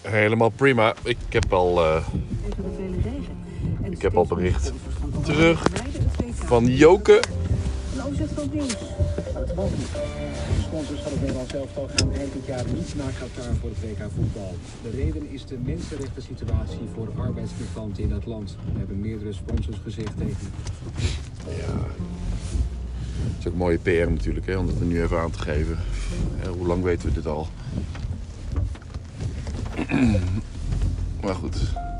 Helemaal prima. Ik heb al bericht terug van Joke. Een overzicht van het nieuws. Het mogelijk. De sponsors van het Nederlands elftal gaan eind dit jaar niet naar Qatar voor het WK voetbal. De reden is de mensenrechten situatie voor arbeidsmigranten in het land. Er hebben meerdere sponsors gezegd tegen. Ja, dat is ook mooie PR natuurlijk, hè, om dat er nu even aan te geven. Hoe lang weten we dit al? Maar goed.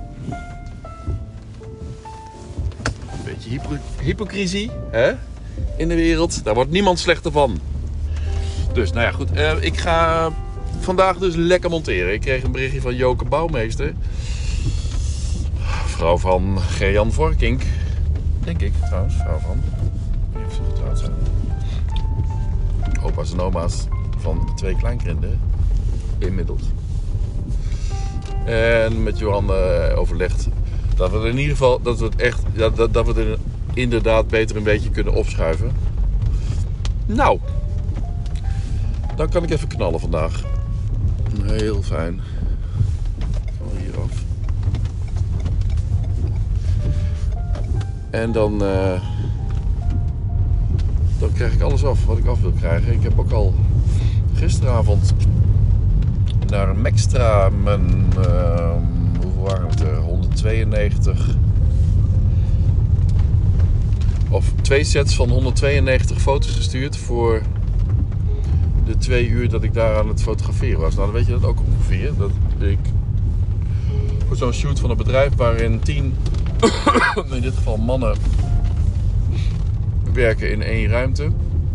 Een beetje hypocrisie, hè? In de wereld. Daar wordt niemand slechter van. Dus, nou ja, goed. Ik ga vandaag dus lekker monteren. Ik kreeg een berichtje van Joke Bouwmeester. Vrouw van Gerjan Vorkink. Denk ik, trouwens. Vrouw van. Ik weet niet of ze getrouwd zijn. Opa's en oma's van 2 kleinkinderen. Inmiddels. En met Johan overlegd dat we er in ieder geval, dat we het echt, dat we er inderdaad beter een beetje kunnen opschuiven. Nou, dan kan ik even knallen vandaag. Heel fijn. Van hier af. En dan krijg ik alles af wat ik af wil krijgen. Ik heb ook al gisteravond naar Mextra mijn, hoeveel waren het er? 192 of 2 sets van 192 foto's gestuurd voor de 2 uur dat ik daar aan het fotograferen was. Nou, dan weet je dat ook ongeveer. Dat ik voor zo'n shoot van een bedrijf waarin 10, in dit geval mannen, werken in 1 ruimte.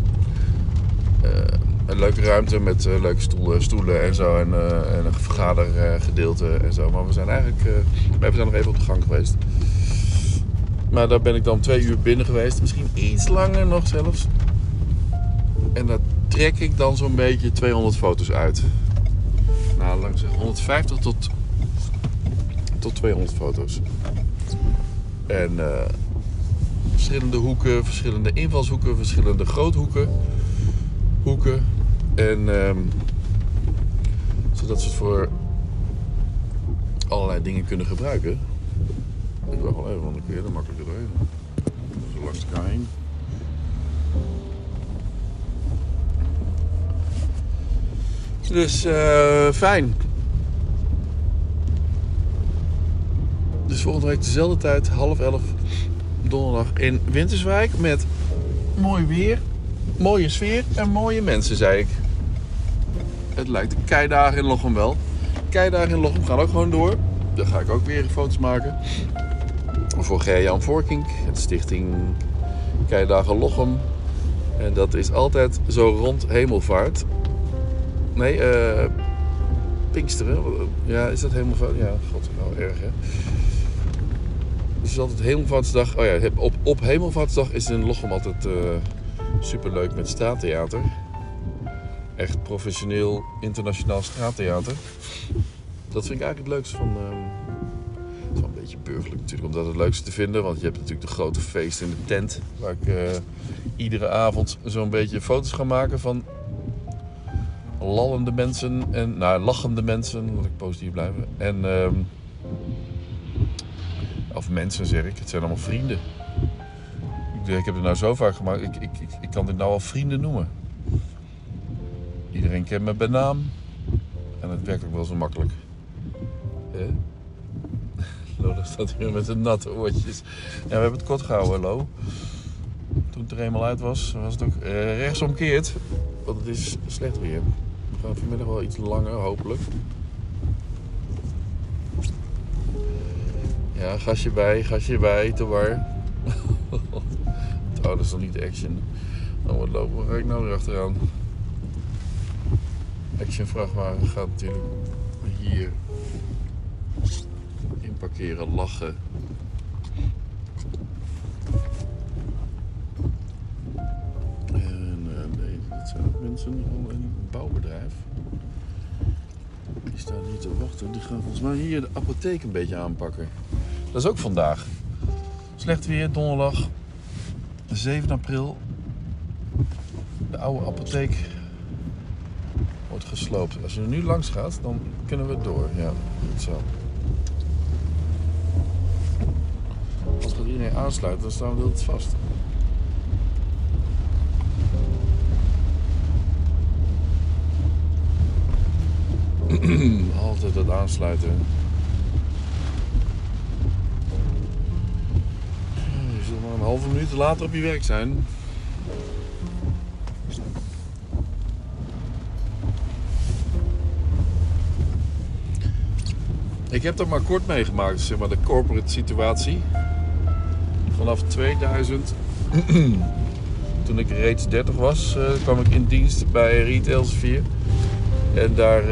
Een leuke ruimte met leuke stoelen en zo. En een vergadergedeelte en zo. Maar we zijn eigenlijk... we zijn nog even op de gang geweest. Maar daar ben ik dan 2 uur binnen geweest. Misschien iets langer nog zelfs. En daar trek ik dan zo'n beetje 200 foto's uit. Nou, laat ik zeggen 150 tot 200 foto's. En verschillende hoeken, verschillende invalshoeken, verschillende groothoeken. En zodat ze het voor allerlei dingen kunnen gebruiken. Ik wil gewoon even, want dan kun je er makkelijker doorheen. Zo langs elkaar heen. Dus fijn. Dus volgende week dezelfde tijd, 10:30 donderdag in Winterswijk met mooi weer. Mooie sfeer en mooie mensen, zei ik. Het lijkt de keidagen in Lochem wel. Keidagen in Lochem gaan ook gewoon door. Daar ga ik ook weer foto's maken. Voor Gerjan Vorkink, het stichting Keidagen Lochem. En dat is altijd zo rond Hemelvaart. Nee, Pinksteren. Ja, is dat Hemelvaart? Ja, god, wel erg, hè. Het is altijd Hemelvaartsdag. Oh ja, op Hemelvaartsdag is in Lochem altijd... superleuk met straattheater. Echt professioneel, internationaal straattheater. Dat vind ik eigenlijk het leukste van... het is wel een beetje burgerlijk natuurlijk om dat het leukste te vinden. Want je hebt natuurlijk de grote feesten in de tent. Waar ik iedere avond zo'n beetje foto's ga maken van... lallende mensen en... lachende mensen. Laat ik positief blijven. En... of mensen zeg ik. Het zijn allemaal vrienden. Ik heb het nou zo vaak gemaakt, ik kan dit nou al vrienden noemen. Iedereen kent me bij naam. En het werkt ook wel zo makkelijk. Lola staat hier met de natte oortjes. Ja, we hebben het kort gehouden, Lo. Toen het er eenmaal uit was, was het ook rechtsomkeerd. Want het is slecht weer. We gaan vanmiddag wel iets langer, hopelijk. Ja, gasje bij, te war. Oh, dat is nog niet action. Dan wordt lopen. Waar ga ik nou weer achteraan? Action vrachtwagen gaat natuurlijk hier inparkeren, lachen. En nee, dat zijn ook mensen van een bouwbedrijf. Die staan hier te wachten. Die gaan volgens mij hier de apotheek een beetje aanpakken. Dat is ook vandaag. Slecht weer, donderdag. 7 april. De oude apotheek wordt wordt gesloopt. Als je er nu langs gaat, dan kunnen we door. Ja, goed zo. Als we iedereen aansluiten, dan staan we altijd vast. Altijd het aansluiten. Je zult maar een halve minuut later op je werk zijn. Ik heb dat maar kort meegemaakt, zeg maar, de corporate situatie. Vanaf 2000, toen ik reeds 30 was, kwam ik in dienst bij Retail Elsevier. En daar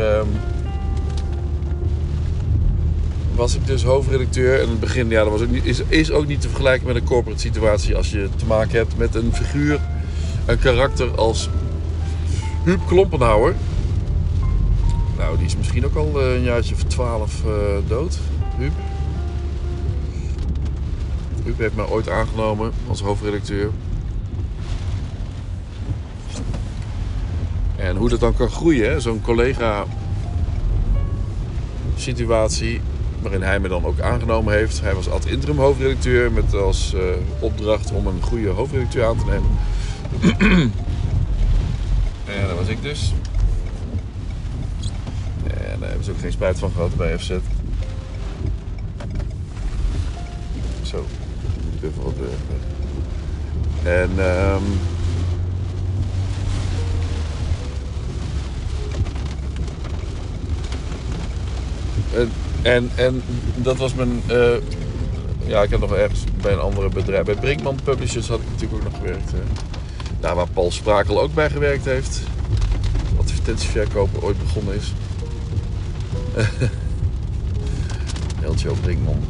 was ik dus hoofdredacteur. En in het begin, ja, dat was ook niet, is ook niet te vergelijken met een corporate situatie als je te maken hebt met een figuur, een karakter als Huub Klompenhouwer. Nou, die is misschien ook al een jaartje of 12 dood, Huub. Huub heeft mij ooit aangenomen als hoofdredacteur. En hoe dat dan kan groeien, zo'n collega-situatie waarin hij me dan ook aangenomen heeft. Hij was ad interim hoofdredacteur met als opdracht om een goede hoofdredacteur aan te nemen. En dat was ik dus. En daar hebben ze ook geen spijt van gehad bij FZ. Zo, moet ik even wat weg. En En dat was mijn... ja, ik heb nog ergens bij een andere bedrijf... Bij Brinkman Publishers had ik natuurlijk ook nog gewerkt. Daar waar Paul Sprakel ook bij gewerkt heeft. Advertentieverkoper ooit begonnen is. Eltje op Brinkman.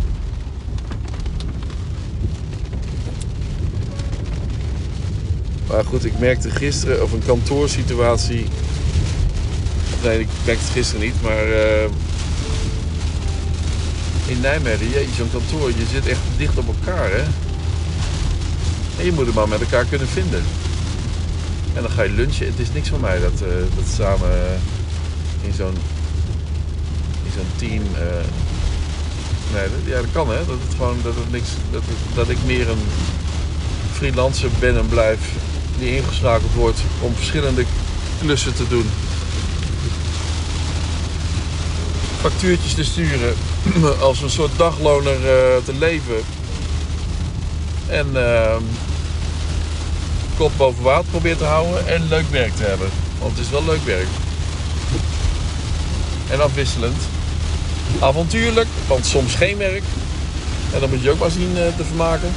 Maar goed, ik merkte gisteren... Of een kantoorsituatie... Nee, ik merkte het gisteren niet, maar... in Nijmegen, jeetje, zo'n kantoor, je zit echt dicht op elkaar, hè. En je moet het maar met elkaar kunnen vinden. En dan ga je lunchen. Het is niks van mij dat samen in zo'n team... nee, ja, dat kan, hè. Dat het gewoon, dat ik meer een freelancer ben en blijf die ingeschakeld wordt om verschillende klussen te doen. Factuurtjes te sturen, als een soort dagloner te leven. En kop boven water proberen te houden en leuk werk te hebben. Want het is wel leuk werk. En afwisselend. Avontuurlijk, want soms geen werk. En dan moet je ook maar zien te vermaken.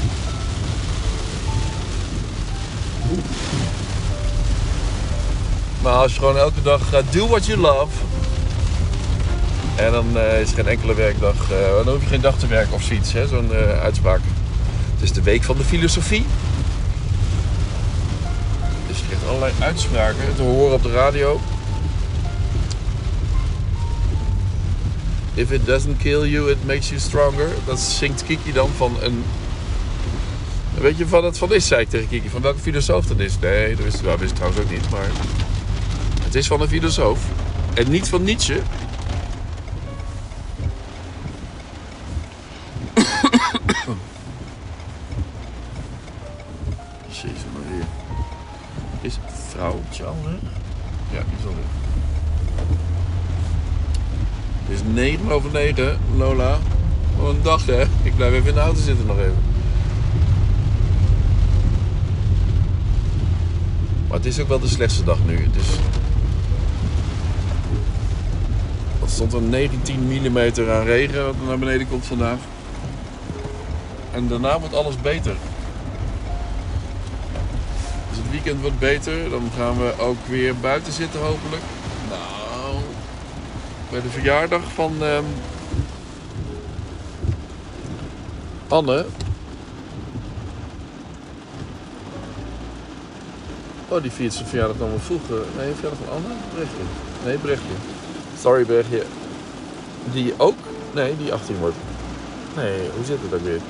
Maar als je gewoon elke dag do what you love... En dan is er geen enkele werkdag, dan hoef je geen dag te werken of zoiets, hè? Zo'n uitspraak. Het is de week van de filosofie. Dus je krijgt allerlei uitspraken te horen op de radio. If it doesn't kill you, it makes you stronger. Dat zingt Kiki dan van een... Weet je wat het van is, zei ik tegen Kiki. Van welke filosoof dat is? Nee, dat wist ik trouwens ook niet, maar... Het is van een filosoof. En niet van Nietzsche. Jezus Maria. Is vrouwtje al weg? Ja, die is al weg. Het is 9:09, Lola. Wat een dag, hè? Ik blijf even in de auto zitten nog even. Maar het is ook wel de slechtste dag nu. Dus... Er stond er 19 mm aan regen wat er naar beneden komt vandaag. En daarna wordt alles beter. Dus het weekend wordt beter. Dan gaan we ook weer buiten zitten hopelijk. Nou, bij de verjaardag van Anne. Oh, die viert zijn verjaardag dan wel vroeg. Nee, verjaardag van Anne? Brechtje. Nee, Brechtje. Sorry, Brechtje. Die ook? Nee, die 18 wordt. Nee, hoe zit het ook weer?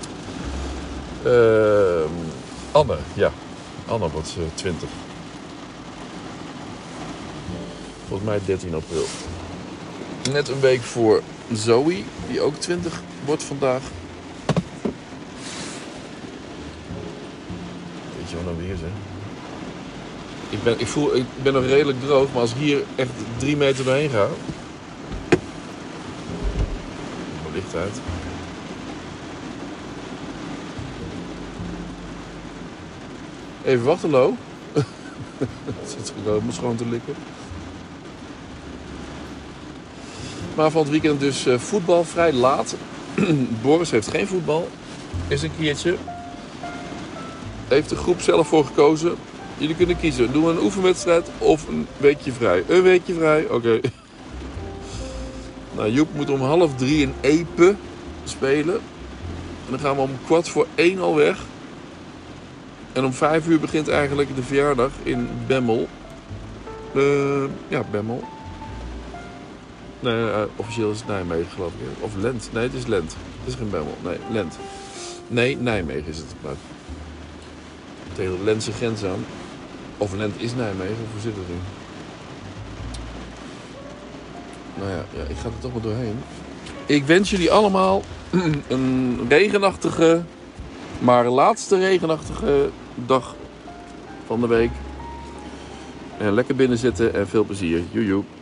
Anne, ja. Anne wordt 20. Volgens mij 13 april. Net een week voor Zoe, die ook 20 wordt vandaag. Weet je wat nou weer, zeg. Ik ben nog redelijk droog, maar als ik hier echt 3 meter doorheen ga... Mijn licht uit. Even wachten, Lo. Het zit gewoon schoon te likken. Maar van het weekend dus voetbal vrij laat. Boris heeft geen voetbal. Is een keertje. Heeft de groep zelf voor gekozen. Jullie kunnen kiezen. Doen we een oefenwedstrijd of een weekje vrij? Een weekje vrij? Oké. Nou, Joep moet om 2:30 in Epe spelen. En dan gaan we om 1:15 al weg. En om 5 uur begint eigenlijk de verjaardag in Bemmel. Ja, Bemmel. Nee, officieel is het Nijmegen, geloof ik. Of Lent. Nee, het is Lent. Het is geen Bemmel. Nee, Lent. Nee, Nijmegen is het. Maar tegen de Lentse grens aan. Of Lent is Nijmegen, of hoe zit het nu? Nou ja, ik ga er toch maar doorheen. Ik wens jullie allemaal een regenachtige, maar laatste regenachtige dag van de week. En lekker binnen zitten en veel plezier. Joejoe.